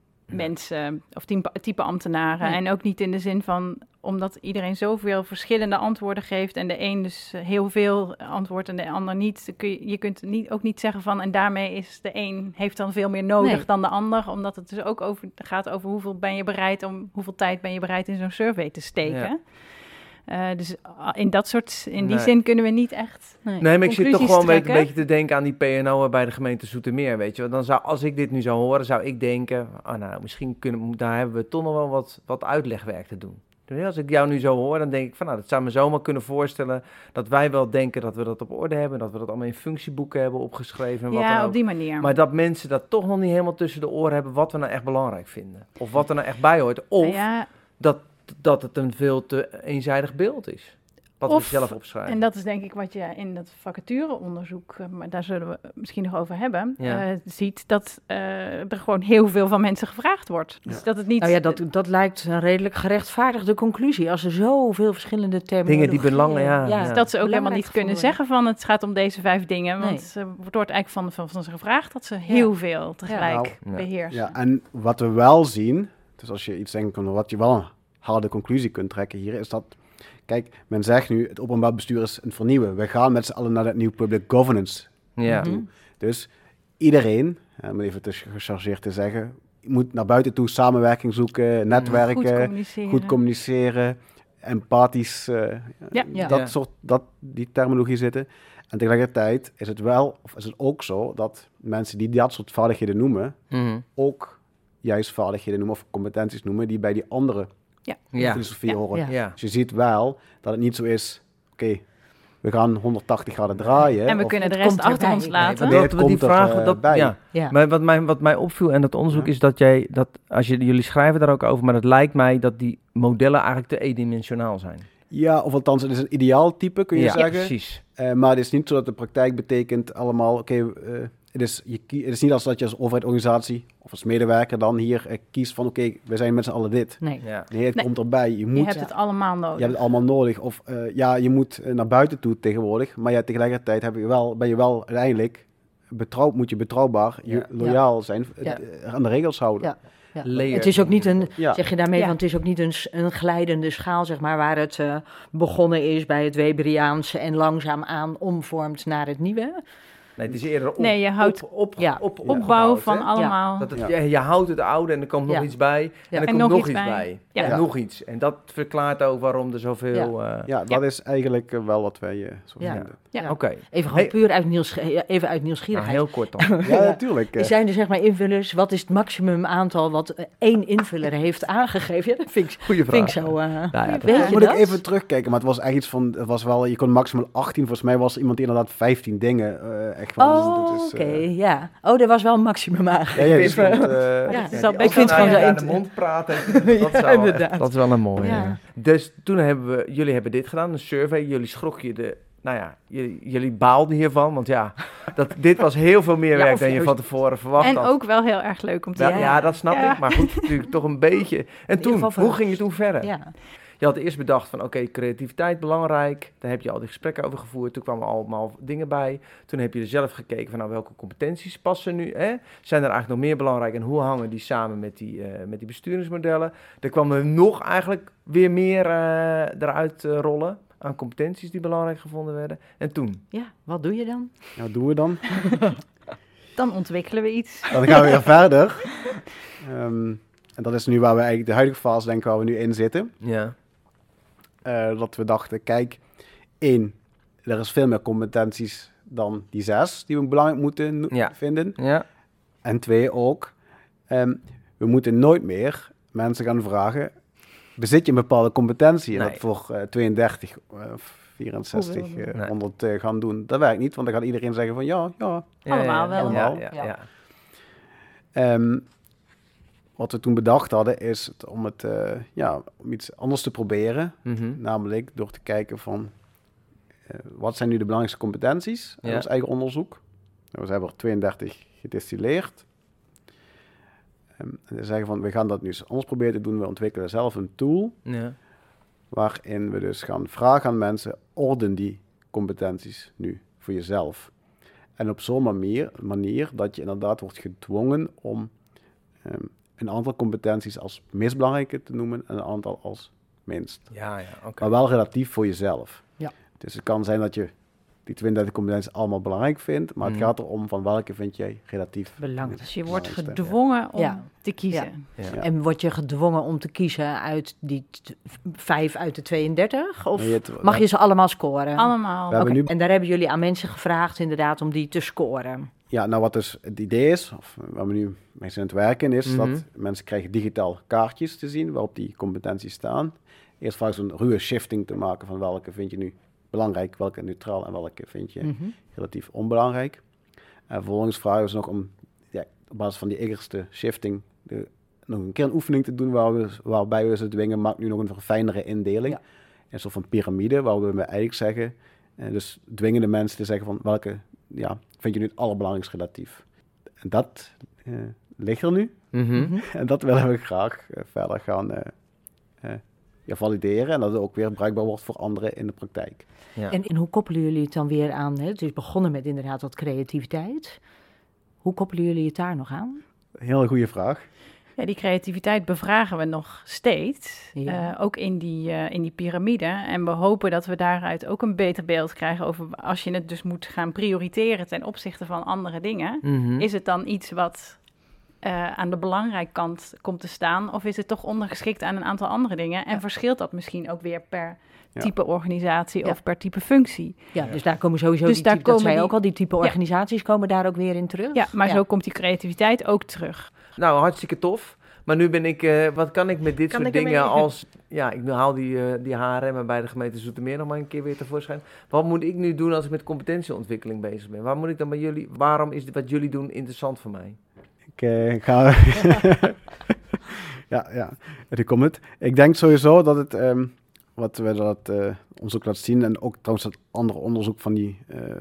mensen of type, type ambtenaren. Nee. En ook niet in de zin van, omdat iedereen zoveel verschillende antwoorden geeft en de een dus heel veel antwoordt en de ander niet. Kun je, je kunt niet, ook niet zeggen van, en daarmee is de een heeft dan veel meer nodig Nee. dan de ander. Omdat het dus ook over, gaat over hoeveel ben je bereid om, hoeveel tijd ben je bereid in zo'n survey te steken. Ja. Uh, dus uh, in dat soort, in die Nee. zin kunnen we niet echt. Nee. Nee, maar ik zit toch Conclusies gewoon een beetje, een trekken. beetje te denken aan die P en O'er bij de gemeente Zoetermeer, weet je wel. Dan zou, als ik dit nu zou horen, zou ik denken, ah, nou, misschien kunnen, daar hebben we toch nog wel wat, wat uitlegwerk te doen. Dus als ik jou nu zo hoor, dan denk ik van, nou, dat zou me zomaar kunnen voorstellen dat wij wel denken dat we dat op orde hebben, dat we dat allemaal in functieboeken hebben opgeschreven en wat dan Ja, ook. op die manier. Maar dat mensen dat toch nog niet helemaal tussen de oren hebben wat we nou echt belangrijk vinden. Of wat er nou echt bij hoort. Of ja, dat dat het een veel te eenzijdig beeld is. Wat Of- we zelf opschrijven. En dat is denk ik wat je in dat vacatureonderzoek, eh, maar daar zullen we misschien nog over hebben, Ja. eh, ziet dat eh, er gewoon heel veel van mensen gevraagd wordt. Dus Ja. dat het niet... Nou ja, dat, dat lijkt een redelijk gerechtvaardigde conclusie. Als er zoveel verschillende terminologieën... Dingen die belangen, ja, ja. Dus dat ze ook helemaal belangrijk niet kunnen gevonden zeggen van het gaat om deze vijf dingen. Want Nee. ze wordt eigenlijk van, van, van ze gevraagd dat ze heel veel tegelijk Nou, ja. beheersen. Ja, en wat we wel zien, dus als je iets denkt van wat je wel een harde conclusie kunt trekken hier, is dat, kijk, men zegt nu, het openbaar bestuur is een vernieuwen. We gaan met z'n allen naar dat nieuwe public governance. Ja. Mhm. Dus iedereen, eh, om even te gechargeerd te zeggen, moet naar buiten toe samenwerking zoeken, netwerken, Goed communiceren. goed communiceren, empathisch, eh, Ja. Ja. dat Ja. soort, dat, die terminologie zitten. En tegelijkertijd is het wel, of is het ook zo, dat mensen die dat soort vaardigheden noemen, Mhm. ook juist vaardigheden noemen of competenties noemen die bij die andere Ja. filosofie Ja. horen. Ja. Ja. Dus je ziet wel dat het niet zo is, oké, we gaan honderdtachtig graden draaien. En we of- kunnen de het rest komt achter erbij. ons Nee, laten. Want Nee, dat het we die komt er, vragen, eh, dat, bij. ja. Ja. Maar wat mij, wat mij opviel in dat onderzoek Ja. is dat jij, dat als je, jullie schrijven daar ook over, maar het lijkt mij dat die modellen eigenlijk te eendimensionaal zijn. Ja, of althans, het is een ideaaltype, kun je ja, zeggen. precies. Eh, maar het is niet zo dat de praktijk betekent allemaal, oké, eh, het, is, je kie- het is niet als dat je als overheidsorganisatie of als medewerker dan hier eh, kiest van, oké, we zijn met z'n allen dit. Nee. Ja. Nee, het Nee. komt erbij. Je Je moet, hebt je het allemaal nodig. hebt het allemaal nodig. Of eh, ja, je moet eh, naar buiten toe tegenwoordig. Maar ja, tegelijkertijd heb je wel, ben je wel uiteindelijk, betrouw, moet je betrouwbaar, je Ja. loyaal zijn, Ja. eh, aan de regels houden. Ja. Ja. Layer. Het is ook niet een, Ja. zeg je daarmee, Ja. want het is ook niet een, s- een glijdende schaal, zeg maar, waar het eh, begonnen is bij het Weberiaanse en langzaamaan omvormt naar het nieuwe. Nee, het is eerder op, Nee, je houdt- op, op, Ja. op, Opbouw opgebouwd, van hè? allemaal. Dat het, Ja. je, je houdt het oude en er komt nog Ja. iets bij. En er En komt nog nog, iets iets bij. bij. Ja. En Ja. nog iets. En dat verklaart ook waarom er zoveel... eh, Ja, dat is eigenlijk eh, wel wat wij eh, zo Ja. vinden. Ja. Ja. Oké. Even gewoon Hey. puur uit, nieuws, even uit Nou, nieuwsgierigheid. heel kort dan. Ja, natuurlijk. eh. Zijn er zeg maar invullers, wat is het maximum aantal wat eh, één invuller heeft aangegeven? Ja, dat vind ik, Goeie vraag. vind ik zo... eh, Nou ja, dat- Weet je moet dat? ik even terugkijken, maar het was echt iets van, het was wel, je kon maximaal achttien, volgens mij was iemand die inderdaad vijftien dingen eh, echt wel. Oh, dus, oké, eh, ja. Oh, er was wel een maximum ja, aangegeven. ja, Ik dus vind want, het, eh, eh, Ja, het is ja, al die best ik vind als het je gewoon naar zo de int- mond praten. Dat, Ja, zou, eh, inderdaad. dat is wel een mooie. Ja. ja. Dus toen hebben we, jullie hebben dit gedaan, een survey. Jullie schrokken je de, nou ja, jullie, jullie baalden hiervan. Want ja, dat, dit was heel veel meer Ja, werk of dan je juist- van tevoren verwacht En had. ook wel heel erg leuk om te Ja, doen. ja, dat snap Ja. ik. Maar goed, natuurlijk toch een beetje. En ieder toen, geval hoe verrast. ging je toen verder? Ja. Je had eerst bedacht van, oké, creativiteit belangrijk. Daar heb je al die gesprekken over gevoerd. Toen kwamen allemaal dingen bij. Toen heb je er zelf gekeken van, nou, welke competenties passen nu? Hè? Zijn er eigenlijk nog meer belangrijk? En hoe hangen die samen met die, eh, met die besturingsmodellen? Er kwam er nog eigenlijk weer meer eh, eruit eh, rollen aan competenties die belangrijk gevonden werden. En toen? Ja, wat doe je dan? ja, wat doen we dan? Dan ontwikkelen we iets. Dan gaan we weer verder. Ehm, en dat is nu waar we eigenlijk de huidige fase denken waar we nu in zitten. Ja. Eh, dat we dachten, kijk, één, er is veel meer competenties dan die zes die we belangrijk moeten no- Ja. vinden. Ja. En twee ook, ehm, we moeten nooit meer mensen gaan vragen, bezit je een bepaalde competentie? En Nee. dat voor eh, tweeëndertig, eh, vierenzestig, Hoeveel? eh, Nee. honderd eh, gaan doen. Dat werkt niet, want dan gaat iedereen zeggen van ja, ja. Ja, Allemaal ja, wel. Allemaal. Ja, ja, Ja. ja. Ehm, wat we toen bedacht hadden, is het om, het, eh, ja, om iets anders te proberen. Mhm. Namelijk door te kijken van, eh, wat zijn nu de belangrijkste competenties in Ja. ons eigen onderzoek. Nou, we hebben er tweeëndertig gedistilleerd. Ehm, en we zeggen van, we gaan dat nu eens anders proberen te doen. We ontwikkelen zelf een tool Ja. waarin we dus gaan vragen aan mensen, orden die competenties nu voor jezelf. En op zo'n manier, manier dat je inderdaad wordt gedwongen om ehm, een aantal competenties als meest belangrijke te noemen en een aantal als minst. Ja, ja, oké. Maar wel relatief voor jezelf. Ja. Dus het kan zijn dat je die tweeëndertig competenties allemaal belangrijk vindt, maar Mhm. het gaat erom van welke vind jij relatief Belangrijk. Dus je wordt belangrijkste. gedwongen om Ja. te kiezen. Ja. Ja. En word je gedwongen om te kiezen uit die t- vijf uit de tweeëndertig? Of Nee, het- mag je ze allemaal scoren? Allemaal. We hebben Oké, nu- En daar hebben jullie aan mensen gevraagd inderdaad om die te scoren. Ja, nou wat dus het idee is, of waar we nu mee zijn aan het werken, is Mhm. dat mensen krijgen digitaal kaartjes te zien waarop die competenties staan. Eerst vaak zo'n ruwe shifting te maken van welke vind je nu belangrijk, welke neutraal en welke vind je Mhm. relatief onbelangrijk. En vervolgens vragen we ze nog om ja, op basis van die eerste shifting de nog een keer een oefening te doen waar we, waarbij we ze dwingen, maak nu nog een verfijnere indeling. Ja. Een soort van piramide, waar we eigenlijk zeggen, uh, dus dwingen de mensen te zeggen van welke, ja, vind je nu het allerbelangrijkste relatief. En dat uh, ligt er nu. Mhm. En dat willen we graag uh, verder gaan uh, uh, ja, valideren en dat het ook weer bruikbaar wordt voor anderen in de praktijk. Ja. En, en hoe koppelen jullie het dan weer aan? Hè? Het is begonnen met inderdaad wat creativiteit. Hoe koppelen jullie het daar nog aan? Hele goede vraag. Ja, die creativiteit bevragen we nog steeds, Ja. uh, ook in die, uh, in die piramide. En we hopen dat we daaruit ook een beter beeld krijgen over als je het dus moet gaan prioriteren ten opzichte van andere dingen. Mhm. Is het dan iets wat uh, aan de belangrijke kant komt te staan of is het toch ondergeschikt aan een aantal andere dingen? En Ja. verschilt dat misschien ook weer per Ja. type organisatie Ja. of per type functie? Ja, dus daar komen sowieso, Dus die daar type, dat komen zei je die- ook al, die type Ja. organisaties komen daar ook weer in terug. Ja, maar zo komt die creativiteit ook terug. Nou, hartstikke tof. Maar nu ben ik, eh, wat kan ik met dit Kan soort ik ermee? dingen als, ja, ik haal die, eh, die H R M bij de gemeente Zoetermeer nog maar een keer weer tevoorschijn. Wat moet ik nu doen als ik met competentieontwikkeling bezig ben? Waar moet ik dan bij jullie, waarom is wat jullie doen interessant voor mij? Ik uh, ga... ja, ja, die komt het. Ik denk sowieso dat het, um, wat we dat uh, onderzoek laten zien, en ook trouwens dat andere onderzoek van die uh, uh,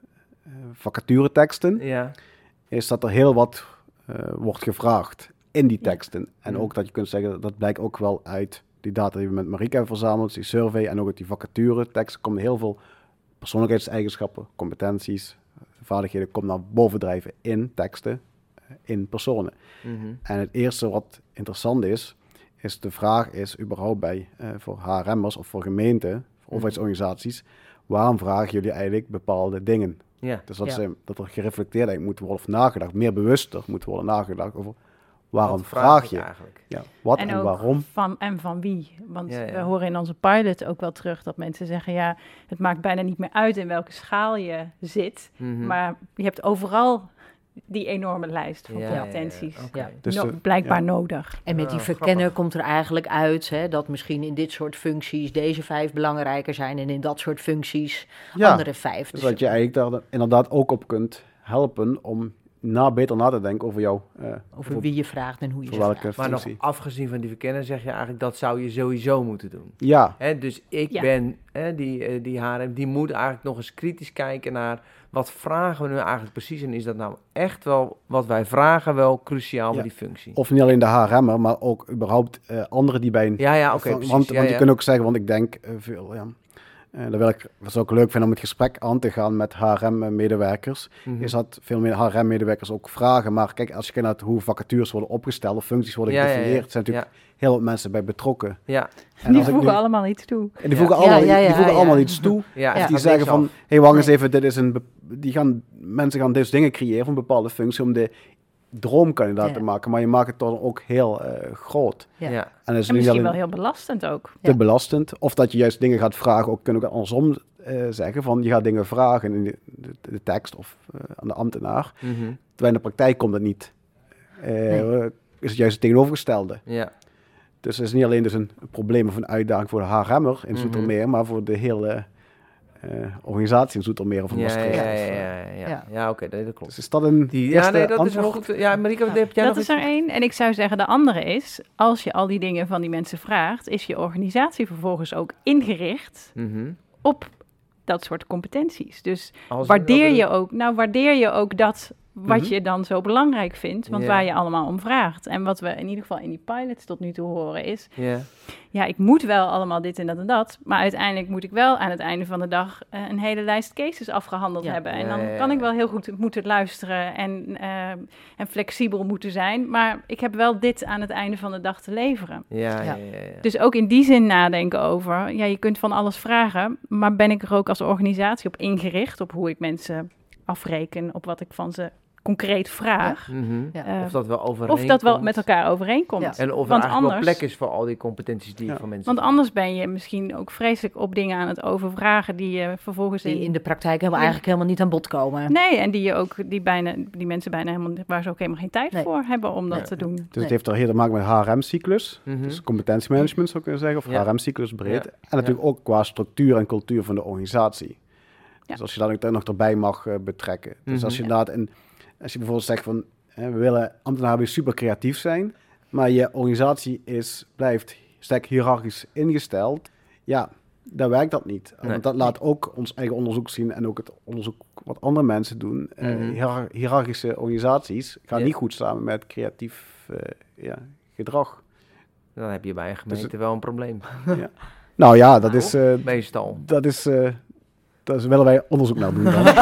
vacatureteksten, Ja. is dat er heel wat uh, wordt gevraagd in die teksten. En Mhm. ook dat je kunt zeggen, dat blijkt ook wel uit die data die we met Marika hebben verzameld, die survey en ook uit die vacatureteksten, komen heel veel persoonlijkheidseigenschappen, competenties, vaardigheden, komen naar boven drijven in teksten, in personen. Mhm. En het eerste wat interessant is, is de vraag is überhaupt bij uh, voor H R M'ers of voor gemeenten, voor overheidsorganisaties, waarom vragen jullie eigenlijk bepaalde dingen? Ja. Dus dat, Ja. ze, dat er gereflecteerd eigenlijk moet worden of nagedacht, meer bewuster moet worden nagedacht over waarom Wat vraag ik je? eigenlijk? Ja, wat en, En ook waarom? Van, en van wie. Want Ja, ja. we horen in onze pilot ook wel terug dat mensen zeggen... ja, het maakt bijna niet meer uit in welke schaal je zit. Mhm. Maar je hebt overal die enorme lijst van Ja, ja, ja, competenties. oké. Ja. Dus No- de- blijkbaar ja. nodig. En met die Ah, verkenner grappig. komt er eigenlijk uit hè, dat misschien in dit soort functies deze vijf belangrijker zijn en in dat soort functies Ja, andere vijf. dus Dus dat je eigenlijk daar inderdaad ook op kunt helpen om na, beter na te denken over jou. Uh, over wie je vraagt en hoe je voor ze welke vraagt. Maar nog functie. afgezien van die verkennen zeg je eigenlijk dat zou je sowieso moeten doen. Ja, Hè, dus ik Ja. ben, hè, die, eh, die H R M, die moet eigenlijk nog eens kritisch kijken naar wat vragen we nu eigenlijk precies. En is dat nou echt wel wat wij vragen wel cruciaal Ja. voor die functie? of niet alleen de H R M'er, maar ook überhaupt uh, anderen die bij een... Ja, ja, oké, van- precies. want Ja, want je ja. kunt ook zeggen, want ik denk uh, veel, ja... Uh, dat wil ik, wat zou ik leuk vinden om het gesprek aan te gaan met H R M-medewerkers. Mhm. Is dat veel meer H R M-medewerkers ook vragen. Maar kijk, als je kijkt naar hoe vacatures worden opgesteld of functies worden Ja, ja, ja. gedefinieerd, zijn natuurlijk heel wat mensen bij betrokken. Ja, En Die als ik voegen nu- allemaal iets toe. en die Ja. voegen Ja, allemaal, ja, ja, die voegen ja. allemaal iets toe. ja. Of het die gaat zeggen niks van, af. hé, hey, wacht eens Nee. even, dit is een, be- die gaan, mensen gaan dus dingen creëren van een bepaalde functie om de droomkandidaat Ja. te maken. Maar je maakt het dan ook heel uh, groot. Ja. Ja. En dat is En niet misschien alleen wel heel belastend ook. te Ja. belastend. Of dat je juist dingen gaat vragen, ook kunnen we ook andersom uh, zeggen. Van, je gaat dingen vragen in de, de, de tekst of uh, aan de ambtenaar. Mhm. Terwijl in de praktijk komt het niet. Uh, Nee. Is het juist het tegenovergestelde. Ja. Dus het is niet alleen dus een probleem of een uitdaging voor de H R M'er in Mhm. Zoetermeer, maar voor de hele uh, organisatie in Zoetermeer of in Ja, ja, Maastricht. ja, ja, Of, uh, ja, ja. Ja. ja oké, nee, dat klopt. Dus is dat een Die, ja, eerste nee, dat is een antwoord? goed... Ja, Marika, wat heb jij Dat nog is er iets? één. En ik zou zeggen, de andere is, als je al die dingen van die mensen vraagt, is je organisatie vervolgens ook ingericht Mhm. op dat soort competenties. Dus Als- waardeer wat- je ook, nou waardeer je ook dat wat Mhm. je dan zo belangrijk vindt, want Ja. waar je allemaal om vraagt. En wat we in ieder geval in die pilots tot nu toe horen is, Ja. ja, ik moet wel allemaal dit en dat en dat, maar uiteindelijk moet ik wel aan het einde van de dag eh, een hele lijst cases afgehandeld Ja. hebben. En Ja, dan ja, ja. kan ik wel heel goed moeten luisteren en, eh, en flexibel moeten zijn, maar ik heb wel dit aan het einde van de dag te leveren. Ja, ja, Ja. ja, ja. Dus ook in die zin nadenken over, ja, je kunt van alles vragen, maar ben ik er ook als organisatie op ingericht, op hoe ik mensen afreken, op wat ik van ze concreet vraag, Mhm. Ja. Eh, Of dat wel overeenkomt. of dat wel met elkaar overeenkomt. Ja. En of er Want eigenlijk anders- wel plek is voor al die competenties die je Ja. van mensen Want vraagt. anders ben je misschien ook vreselijk op dingen aan het overvragen die je vervolgens Die in... in de praktijk helemaal in- eigenlijk helemaal niet aan bod komen. Nee, en die je ook die bijna die mensen bijna helemaal waar ze ook helemaal geen tijd Nee. voor hebben om dat Nee. te doen. Dus Nee. het heeft er heel te maken met H R M-cyclus. Mhm. Dus competentiemanagement zou ik kunnen zeggen, of Ja. H R M-cyclus breed. Ja. En natuurlijk ook qua structuur en cultuur van de organisatie. Ja. Dus als je dat ook daar nog erbij mag uh, betrekken. Dus Mhm. als je Ja. inderdaad, en als je bijvoorbeeld zegt van, hè, we willen ambtenaren weer super creatief zijn. maar je organisatie is, blijft sterk hiërarchisch ingesteld, ja, dan werkt dat niet. Nee. Want dat laat ook ons eigen onderzoek zien en ook het onderzoek wat andere mensen doen. Uh, Mhm. hiërar- hiërarchische organisaties gaan Ja. niet goed samen met creatief uh, ja, gedrag. Dan heb je bij een gemeente Dus- wel een probleem. Nou ja, dat is... Uh, Meestal. dat is... Uh, daar willen wij onderzoek naar doen. Dan.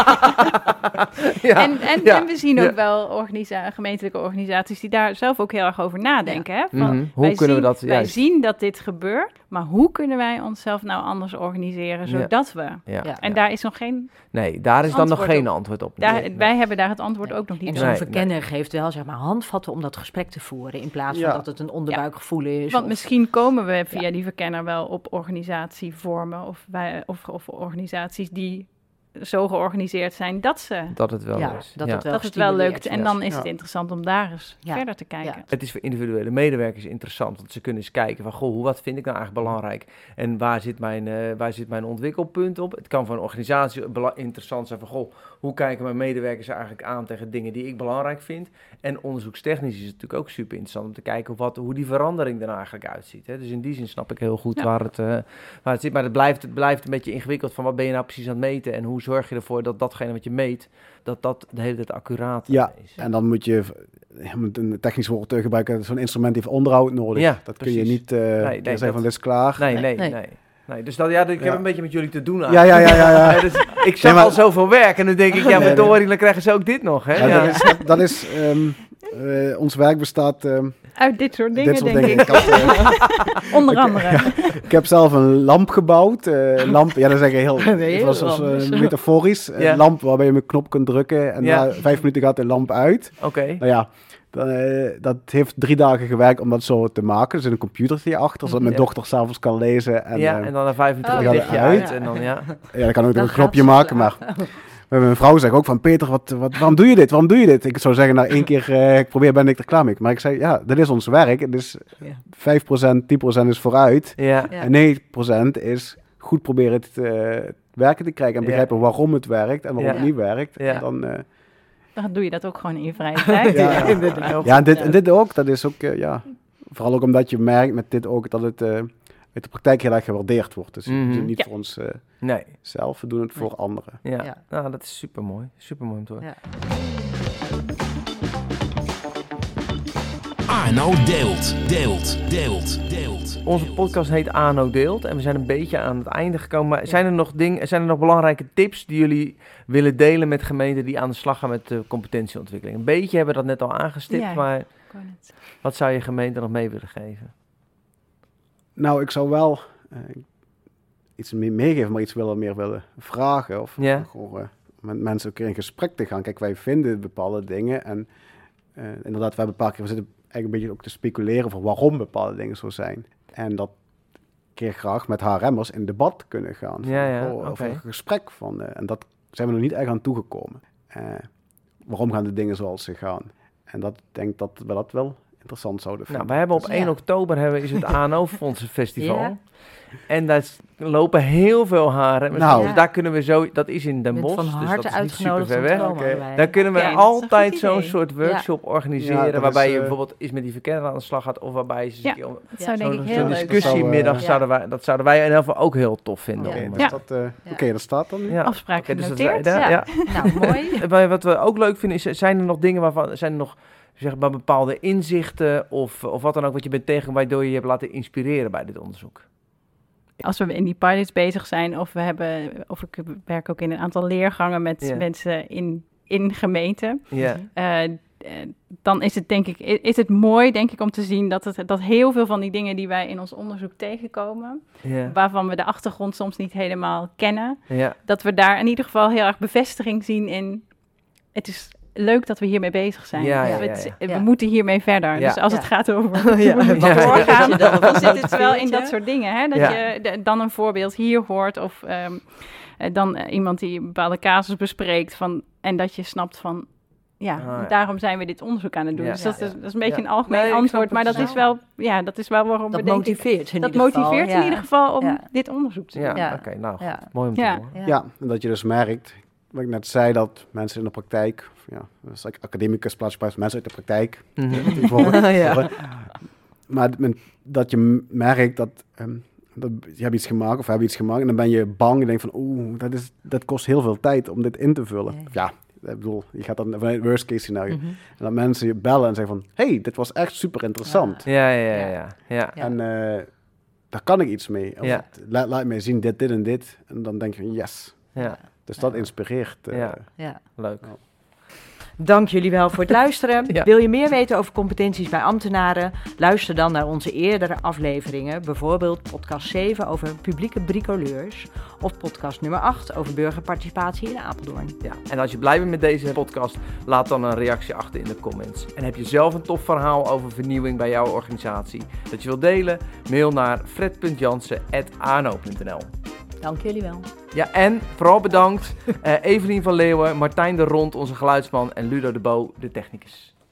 Ja, En, en, ja, en we zien ja. ook wel organisa- gemeentelijke organisaties die daar zelf ook heel erg over nadenken. Hè? Van, Mhm. Hoe wij kunnen we zien, dat Wij juist? zien dat dit gebeurt, maar hoe kunnen wij onszelf nou anders organiseren, Ja. zodat we... Ja. Ja. En daar is nog geen... Nee, daar is dan nog Antwoord geen op. antwoord op. Daar, Nee. Wij hebben daar het antwoord ook nog niet En op. zo'n Nee, verkenner geeft wel zeg maar handvatten om dat gesprek te voeren. In plaats van Ja. dat het een onderbuikgevoel is. Want of- misschien komen we via Ja. die verkenner wel op organisatievormen of, wij, of, of organisaties die zo georganiseerd zijn dat, ze, Dat het wel ja, is. dat Ja. het wel dat het wel gestimuleerd lukt. En wordt. dan is het Ja. interessant om daar eens Ja. verder te kijken. Ja. Het is voor individuele medewerkers interessant, want ze kunnen eens kijken van, goh, hoe- wat vind ik nou eigenlijk belangrijk? En waar zit mijn, uh, waar zit mijn ontwikkelpunt op? Het kan voor een organisatie bela- interessant zijn van, goh, hoe kijken mijn medewerkers eigenlijk aan tegen dingen die ik belangrijk vind? En onderzoekstechnisch is het natuurlijk ook super interessant om te kijken of wat, hoe die verandering er nou eigenlijk uitziet. Hè? Dus in die zin snap ik heel goed Ja. waar, het, uh, waar het zit. Maar het blijft, het blijft een beetje ingewikkeld van, wat ben je nou precies aan het meten? En hoe zorg je ervoor dat datgene wat je meet, dat dat de hele tijd accuraat Ja, is? en dan moet je, je moet een technisch woord uh, gebruiken, zo'n instrument heeft onderhoud nodig. Ja, dat kun je precies. niet uh, nee, zeggen dat- van dit is klaar. Nee, nee, nee. Nee. nee. Dus dat, ja, ik heb Ja. een beetje met jullie te doen Ja, eigenlijk. ja, ja, ja. ja. Ja, dus ik zag maar- al zoveel werk en dan denk ik, ja, Nee, maar nee. Dory, dan krijgen ze ook dit nog, hè? Ja, Ja. Dat is, dat, dat is um, uh, ons werk bestaat um, Uit dit soort dingen, dit soort denk dingen. ik. Ik, had, uh, Onder andere. ik heb zelf een lamp gebouwd. Uh, lamp, ja, dat is eigenlijk heel, Nee, het was heel als, uh, anders. metaforisch. Ja. Een lamp waarbij je een knop kunt drukken en Ja. na vijf minuten gaat de lamp uit. Oké. Nou ja, dan, uh, dat heeft drie dagen gewerkt om dat zo te maken. Er zit een computertje achter, zodat mijn Ja. dochter s'avonds kan lezen. En, Ja, uh, en dan na vijf minuten Oh, gaat ja. het lichtje Uit. uit en dan, ja. ja, dan kan ook nog Dan een gaat knopje ze- maken, maar... Mijn vrouw zegt ook van, Peter, wat, wat, waarom doe je dit? Waarom doe je dit? Ik zou zeggen, na één keer uh, ik probeer, ben ik er klaar mee. Maar ik zei, ja, dat is ons werk. Dus Ja. vijf procent, tien procent is vooruit. Ja, Ja. En negentig procent is goed proberen het uh, werken te krijgen. En Ja. begrijpen waarom het werkt en waarom Ja. het niet werkt. Ja. Dan, uh, Dan doe je dat ook gewoon in je vrije tijd. Ja. ja, inderdaad. ja, en dit, en dit ook. Dat is ook, uh, ja... Vooral ook omdat je merkt met dit ook dat het uh, uit de praktijk heel erg gewaardeerd wordt. Dus Mhm. we doen het niet Ja. voor ons uh, Nee, zelf, we doen het voor anderen. ja. Ja. Nou, dat is super mooi. Super mooi om te horen. Ja. Arno deelt, deelt, deelt, deelt. Onze podcast heet Arno Deelt en we zijn een beetje aan het einde gekomen. Maar zijn er nog dingen, zijn er nog belangrijke tips die jullie willen delen met gemeenten die aan de slag gaan met de competentieontwikkeling? Een beetje hebben we dat net al aangestipt, Ja. maar Ik wou net- wat zou je gemeente nog mee willen geven? Nou, ik zou wel uh, iets meer meegeven, maar iets willen, meer willen vragen. Of Ja. gewoon, uh, met mensen ook in gesprek te gaan. Kijk, wij vinden bepaalde dingen. En uh, inderdaad, we hebben een paar keer, we zitten eigenlijk een beetje ook te speculeren over waarom bepaalde dingen zo zijn. En dat keer graag met H R M'ers in debat kunnen gaan. Van, Ja, ja, oh, oké. Over een gesprek van. Uh, en dat zijn we nog niet echt aan toegekomen. Uh, waarom gaan de dingen zoals ze gaan? En dat denk ik dat we dat wel interessant zouden Nou, vinden. we hebben op Ja. één oktober hebben, is het A N O-fondsenfestival. Ja. En daar s- lopen heel veel haren. Nou. Dus daar kunnen we zo, dat is in Den bent Bosch, van dus dat harte is niet super uitgenodigd ver om te weg. komen. Oké. erbij. Daar kunnen we Ja, dat is een altijd goed zo'n idee. soort workshop organiseren, Ja, dat waarbij is, je uh, bijvoorbeeld eens met die verkenner aan de slag gaat, of waarbij ze eens Ja. een keer om- Dat zou Ja. denk zo'n ik zo'n heel leuk zijn. discussiemiddag, Dat zou, uh, zouden wij, dat zouden wij in ieder geval ook heel tof vinden. Oké, om, dus uh, dat, uh, Ja. oké, dat staat dan nu. ja. Afspraak Oké, dus dat genoteerd. is- ja, Ja. ja. Nou, mooi. Wij- Wat we ook leuk vinden, is, zijn er nog dingen waarvan, zijn er nog zeg maar, bepaalde inzichten of, of wat dan ook wat je bent tegen, waardoor je je hebt laten inspireren bij dit onderzoek? Als we in die pilots bezig zijn, of we hebben, of ik werk ook in een aantal leergangen met Ja. mensen in, in gemeenten. Ja, eh, eh, dan is het denk ik, i- is het mooi denk ik om te zien dat, het, dat heel veel van die dingen die wij in ons onderzoek tegenkomen, ja, waarvan we de achtergrond soms niet helemaal kennen, ja. dat we daar in ieder geval heel erg bevestiging zien in, het is leuk dat we hiermee bezig zijn. Ja, ja, we, ja, het- ja. we Ja. moeten hiermee verder. Ja. Dus als Ja. het gaat over Ja. hoe we Ja. doorgaan, Ja. Ja. dan zit het wel in Veeltje. dat soort dingen. Hè? Dat Ja. je de- dan een voorbeeld hier hoort of ehm, eh, dan eh, iemand die een bepaalde casus bespreekt van, en dat je snapt van, ja, Ah, ja. daarom zijn we dit onderzoek aan het doen. Ja. Dus dat, Ja, is, dat is een beetje Ja. een algemeen Nee, ik snap antwoord, het maar dat wel. is wel, ja, dat is wel waarom Dat we denken, motiveert in dat ieder geval. motiveert in Ja. ieder geval om Ja. dit onderzoek te doen. Ja, Ja. oké, nou goed. Ja. Mooi om te Ja. horen. Ja. Ja, en dat je dus merkt, wat ik net zei, dat mensen in de praktijk, ja, dat is academicus, plaatsje mensen uit de praktijk, Mhm. voor, Ja. voor, maar men- dat je merkt dat, um, dat je hebt iets gemaakt of we hebben iets gemaakt en dan ben je bang en denk van, oeh, dat, is, dat kost heel veel tijd om dit in te vullen. Ja. Ja, ik bedoel, je gaat dan vanuit worst case scenario. Mhm. En dat mensen je bellen en zeggen van, hey, dit was echt super interessant. Ja, ja, ja. ja, ja. Ja. En uh, daar kan ik iets mee. Of Ja. het, laat, laat mij zien dit, dit en dit. En dan denk je van, yes. ja. Dus dat inspireert. Uh, Ja. Ja. Leuk. Dank jullie wel voor het luisteren. Ja. Wil je meer weten over competenties bij ambtenaren? Luister dan naar onze eerdere afleveringen. Bijvoorbeeld podcast zeven over publieke bricoleurs. Of podcast nummer acht over burgerparticipatie in Apeldoorn. Ja. En als je blij bent met deze podcast, laat dan een reactie achter in de comments. En heb je zelf een tof verhaal over vernieuwing bij jouw organisatie dat je wilt delen? Mail naar fred punt jansen apenstaartje a n o punt n l. Dank jullie wel. Ja, en vooral bedankt uh, Evelien van Leeuwen, Martijn de Rond, onze geluidsman, en Ludo de Bo, de technicus.